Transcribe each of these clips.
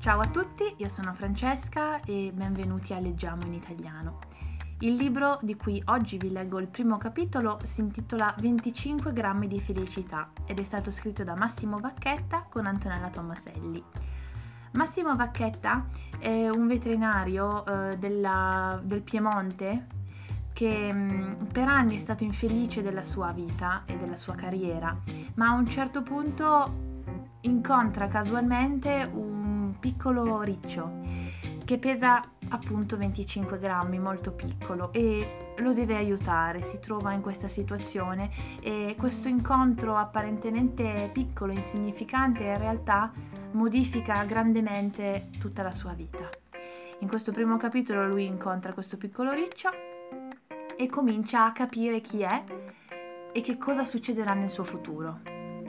Ciao a tutti, io sono Francesca e benvenuti a Leggiamo in Italiano. Il libro di cui oggi vi leggo il primo capitolo si intitola 25 grammi di felicità ed è stato scritto da Massimo Vacchetta con Antonella Tomaselli. Massimo Vacchetta è un veterinario del Piemonte che per anni è stato infelice della sua vita e della sua carriera, ma a un certo punto incontra casualmente un piccolo riccio che pesa appunto 25 grammi, molto piccolo, e lo deve aiutare. Si trova in questa situazione e questo incontro apparentemente piccolo e insignificante in realtà modifica grandemente tutta la sua vita. In questo primo capitolo lui incontra questo piccolo riccio e comincia a capire chi è e che cosa succederà nel suo futuro.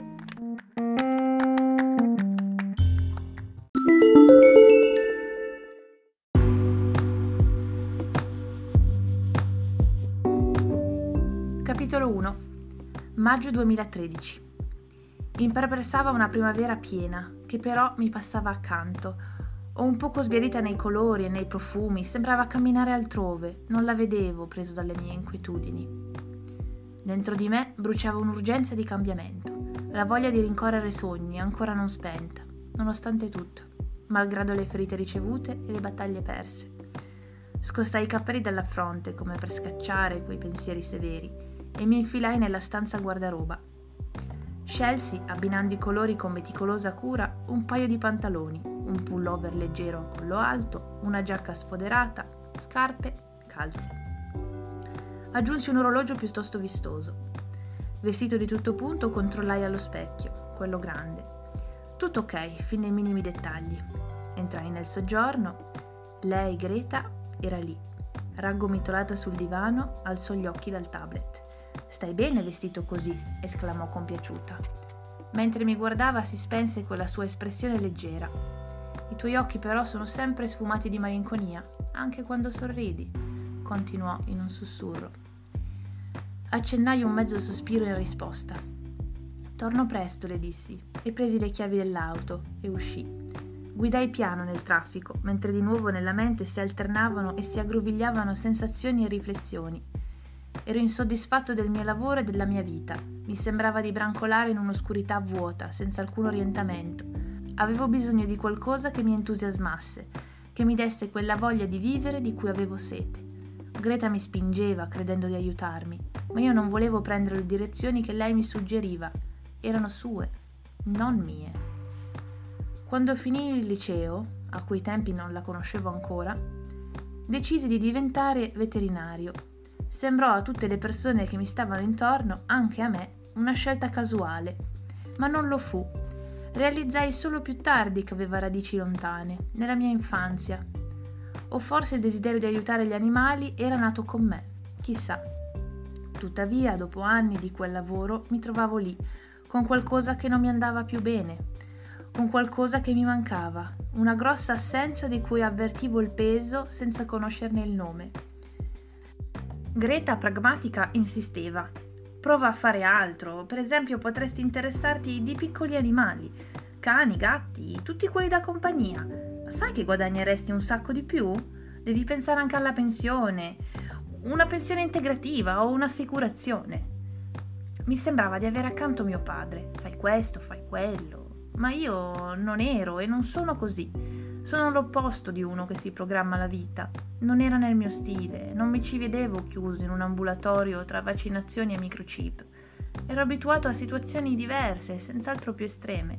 Capitolo 1. Maggio 2013. Imperversava una primavera piena, che però mi passava accanto. Un poco sbiadita nei colori e nei profumi, sembrava camminare altrove, non la vedevo, preso dalle mie inquietudini. Dentro di me bruciava un'urgenza di cambiamento, la voglia di rincorrere sogni ancora non spenta, nonostante tutto, malgrado le ferite ricevute e le battaglie perse. Scostai i capelli dalla fronte come per scacciare quei pensieri severi e mi infilai nella stanza guardaroba. Scelsi, abbinando i colori con meticolosa cura, un paio di pantaloni, un pullover leggero a collo alto, una giacca sfoderata, scarpe, calze. Aggiunsi un orologio piuttosto vistoso. Vestito di tutto punto, controllai allo specchio, quello grande. Tutto ok, fin nei minimi dettagli. Entrai nel soggiorno. Lei, Greta, era lì, raggomitolata sul divano, alzò gli occhi dal tablet. «Stai bene vestito così?» esclamò compiaciuta. Mentre mi guardava si spense quella sua espressione leggera. «I tuoi occhi però sono sempre sfumati di malinconia, anche quando sorridi», continuò in un sussurro. Accennai un mezzo sospiro in risposta. «Torno presto», le dissi, e presi le chiavi dell'auto e uscì. Guidai piano nel traffico, mentre di nuovo nella mente si alternavano e si aggrovigliavano sensazioni e riflessioni. Ero insoddisfatto del mio lavoro e della mia vita. Mi sembrava di brancolare in un'oscurità vuota, senza alcun orientamento. Avevo bisogno di qualcosa che mi entusiasmasse, che mi desse quella voglia di vivere di cui avevo sete. Greta mi spingeva, credendo di aiutarmi, ma io non volevo prendere le direzioni che lei mi suggeriva. Erano sue, non mie. Quando finii il liceo, a quei tempi non la conoscevo ancora, decisi di diventare veterinario. Sembrò a tutte le persone che mi stavano intorno, anche a me, una scelta casuale, ma non lo fu. Realizzai solo più tardi che aveva radici lontane, nella mia infanzia. O forse il desiderio di aiutare gli animali era nato con me, chissà. Tuttavia, dopo anni di quel lavoro, mi trovavo lì, con qualcosa che non mi andava più bene, con qualcosa che mi mancava, una grossa assenza di cui avvertivo il peso senza conoscerne il nome. Greta, pragmatica, insisteva. «Prova a fare altro, per esempio potresti interessarti di piccoli animali, cani, gatti, tutti quelli da compagnia. Sai che guadagneresti un sacco di più? Devi pensare anche alla pensione, una pensione integrativa o un'assicurazione». Mi sembrava di avere accanto mio padre. «Fai questo, fai quello». Ma io non ero e non sono così. Sono l'opposto di uno che si programma la vita. Non era nel mio stile, non mi ci vedevo chiuso in un ambulatorio tra vaccinazioni e microchip. Ero abituato a situazioni diverse, senz'altro più estreme.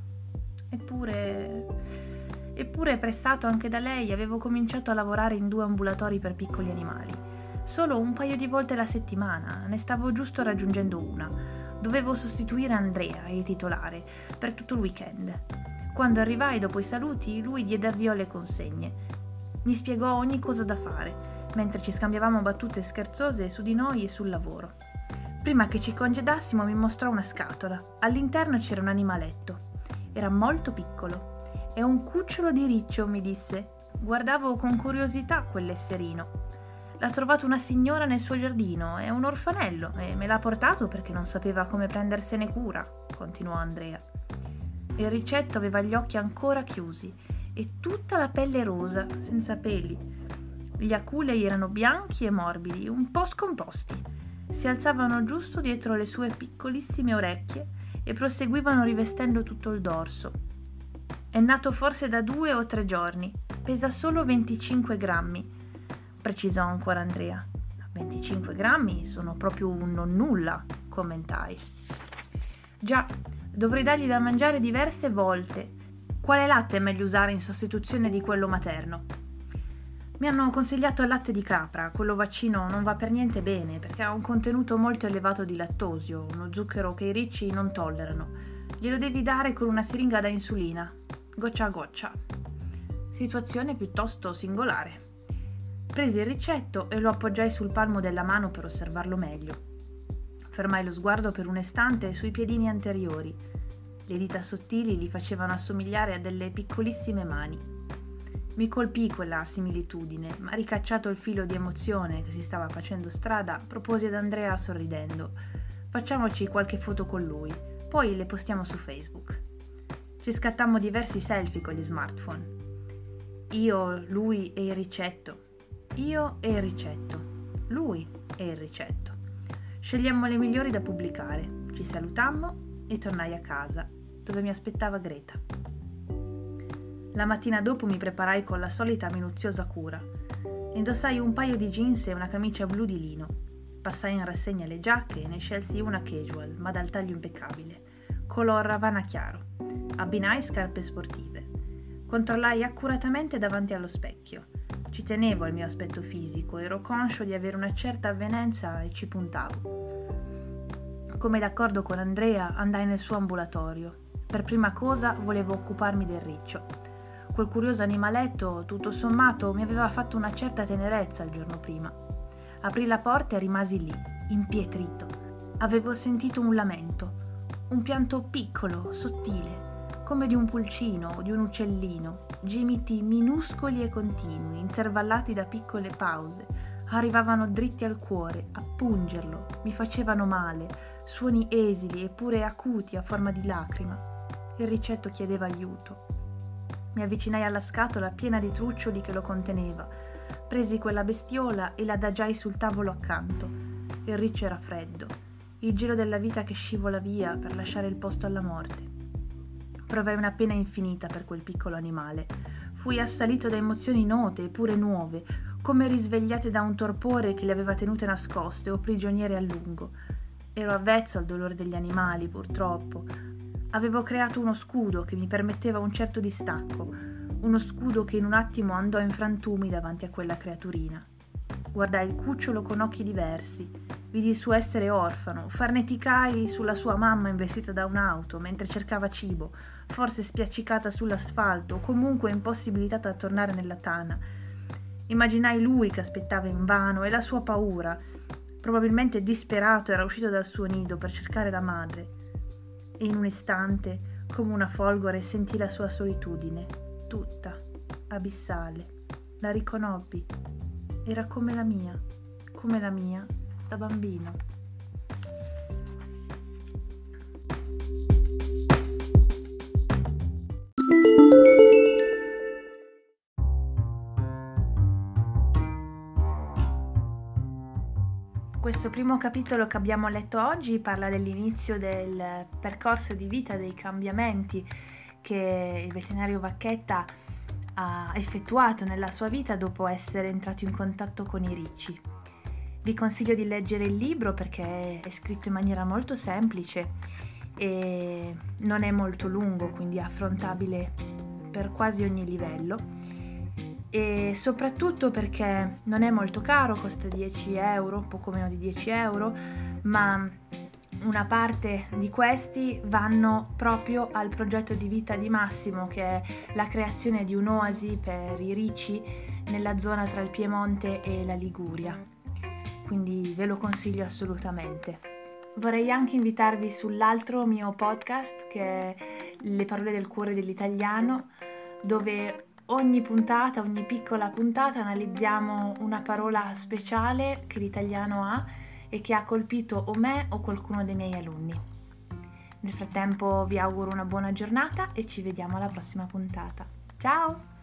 Eppure, pressato anche da lei, avevo cominciato a lavorare in 2 ambulatori per piccoli animali. Solo un paio di volte alla settimana, ne stavo giusto raggiungendo una. Dovevo sostituire Andrea, il titolare, per tutto il weekend. Quando arrivai dopo i saluti, lui diede avvio alle consegne. Mi spiegò ogni cosa da fare, mentre ci scambiavamo battute scherzose su di noi e sul lavoro. Prima che ci congedassimo mi mostrò una scatola. All'interno c'era un animaletto. Era molto piccolo. «È un cucciolo di riccio», mi disse. Guardavo con curiosità quell'esserino. «L'ha trovato una signora nel suo giardino, è un orfanello e me l'ha portato perché non sapeva come prendersene cura», continuò Andrea. Il ricetto aveva gli occhi ancora chiusi e tutta la pelle rosa, senza peli. Gli aculei erano bianchi e morbidi, un po' scomposti. Si alzavano giusto dietro le sue piccolissime orecchie e proseguivano rivestendo tutto il dorso. È nato forse da 2 o 3 giorni, pesa solo 25 grammi, precisò ancora Andrea. 25 grammi sono proprio un non nulla, commentai. Già, dovrei dargli da mangiare diverse volte. Quale latte è meglio usare in sostituzione di quello materno? Mi hanno consigliato il latte di capra, quello vaccino non va per niente bene perché ha un contenuto molto elevato di lattosio, uno zucchero che i ricci non tollerano. Glielo devi dare con una siringa da insulina, goccia a goccia. Situazione piuttosto singolare. Presi il ricetto e lo appoggiai sul palmo della mano per osservarlo meglio. Fermai lo sguardo per un istante sui piedini anteriori. Le dita sottili li facevano assomigliare a delle piccolissime mani. Mi colpì quella similitudine, ma ricacciato il filo di emozione che si stava facendo strada, proposi ad Andrea sorridendo: facciamoci qualche foto con lui, poi le postiamo su Facebook. Ci scattammo diversi selfie con gli smartphone. Io, lui e il ricetto. Io e il ricetto. Lui e il ricetto. Scegliammo le migliori da pubblicare, ci salutammo e tornai a casa, dove mi aspettava Greta. La mattina dopo mi preparai con la solita minuziosa cura. Indossai un paio di jeans e una camicia blu di lino. Passai in rassegna le giacche e ne scelsi una casual, ma dal taglio impeccabile, color Havana chiaro. Abbinai scarpe sportive. Controllai accuratamente davanti allo specchio. Ci tenevo al mio aspetto fisico, ero conscio di avere una certa avvenenza e ci puntavo. Come d'accordo con Andrea, andai nel suo ambulatorio. Per prima cosa volevo occuparmi del riccio. Quel curioso animaletto, tutto sommato, mi aveva fatto una certa tenerezza il giorno prima. Aprì la porta e rimasi lì, impietrito. Avevo sentito un lamento, un pianto piccolo, sottile, come di un pulcino o di un uccellino, gemiti minuscoli e continui, intervallati da piccole pause, arrivavano dritti al cuore, a pungerlo, mi facevano male, suoni esili eppure acuti a forma di lacrima. Il ricetto chiedeva aiuto. Mi avvicinai alla scatola piena di truccioli che lo conteneva, presi quella bestiola e l'adagiai sul tavolo accanto. Il riccio era freddo, il gelo della vita che scivola via per lasciare il posto alla morte. Provai una pena infinita per quel piccolo animale. Fui assalito da emozioni note eppure nuove, come risvegliate da un torpore che le aveva tenute nascoste o prigioniere a lungo. Ero avvezzo al dolore degli animali, purtroppo. Avevo creato uno scudo che mi permetteva un certo distacco, uno scudo che in un attimo andò in frantumi davanti a quella creaturina. Guardai il cucciolo con occhi diversi, vidi il suo essere orfano, farneticai sulla sua mamma investita da un'auto mentre cercava cibo, forse spiaccicata sull'asfalto o comunque impossibilitata a tornare nella tana. Immaginai lui che aspettava invano e la sua paura. Probabilmente disperato era uscito dal suo nido per cercare la madre. E in un istante, come una folgore, sentii la sua solitudine, tutta, abissale. La riconobbi. Era come la mia da bambino. Questo primo capitolo che abbiamo letto oggi parla dell'inizio del percorso di vita, dei cambiamenti che il veterinario Vacchetta ha effettuato nella sua vita dopo essere entrato in contatto con i ricci. Vi consiglio di leggere il libro perché è scritto in maniera molto semplice e non è molto lungo, quindi è affrontabile per quasi ogni livello, e soprattutto perché non è molto caro, costa 10 euro, poco meno di 10 euro, ma una parte di questi vanno proprio al progetto di vita di Massimo, che è la creazione di un'oasi per i ricci nella zona tra il Piemonte e la Liguria. Quindi ve lo consiglio assolutamente. Vorrei anche invitarvi sull'altro mio podcast, che è Le parole del cuore dell'italiano, dove ogni puntata, ogni piccola puntata, analizziamo una parola speciale che l'italiano ha e che ha colpito o me o qualcuno dei miei alunni. Nel frattempo vi auguro una buona giornata e ci vediamo alla prossima puntata. Ciao!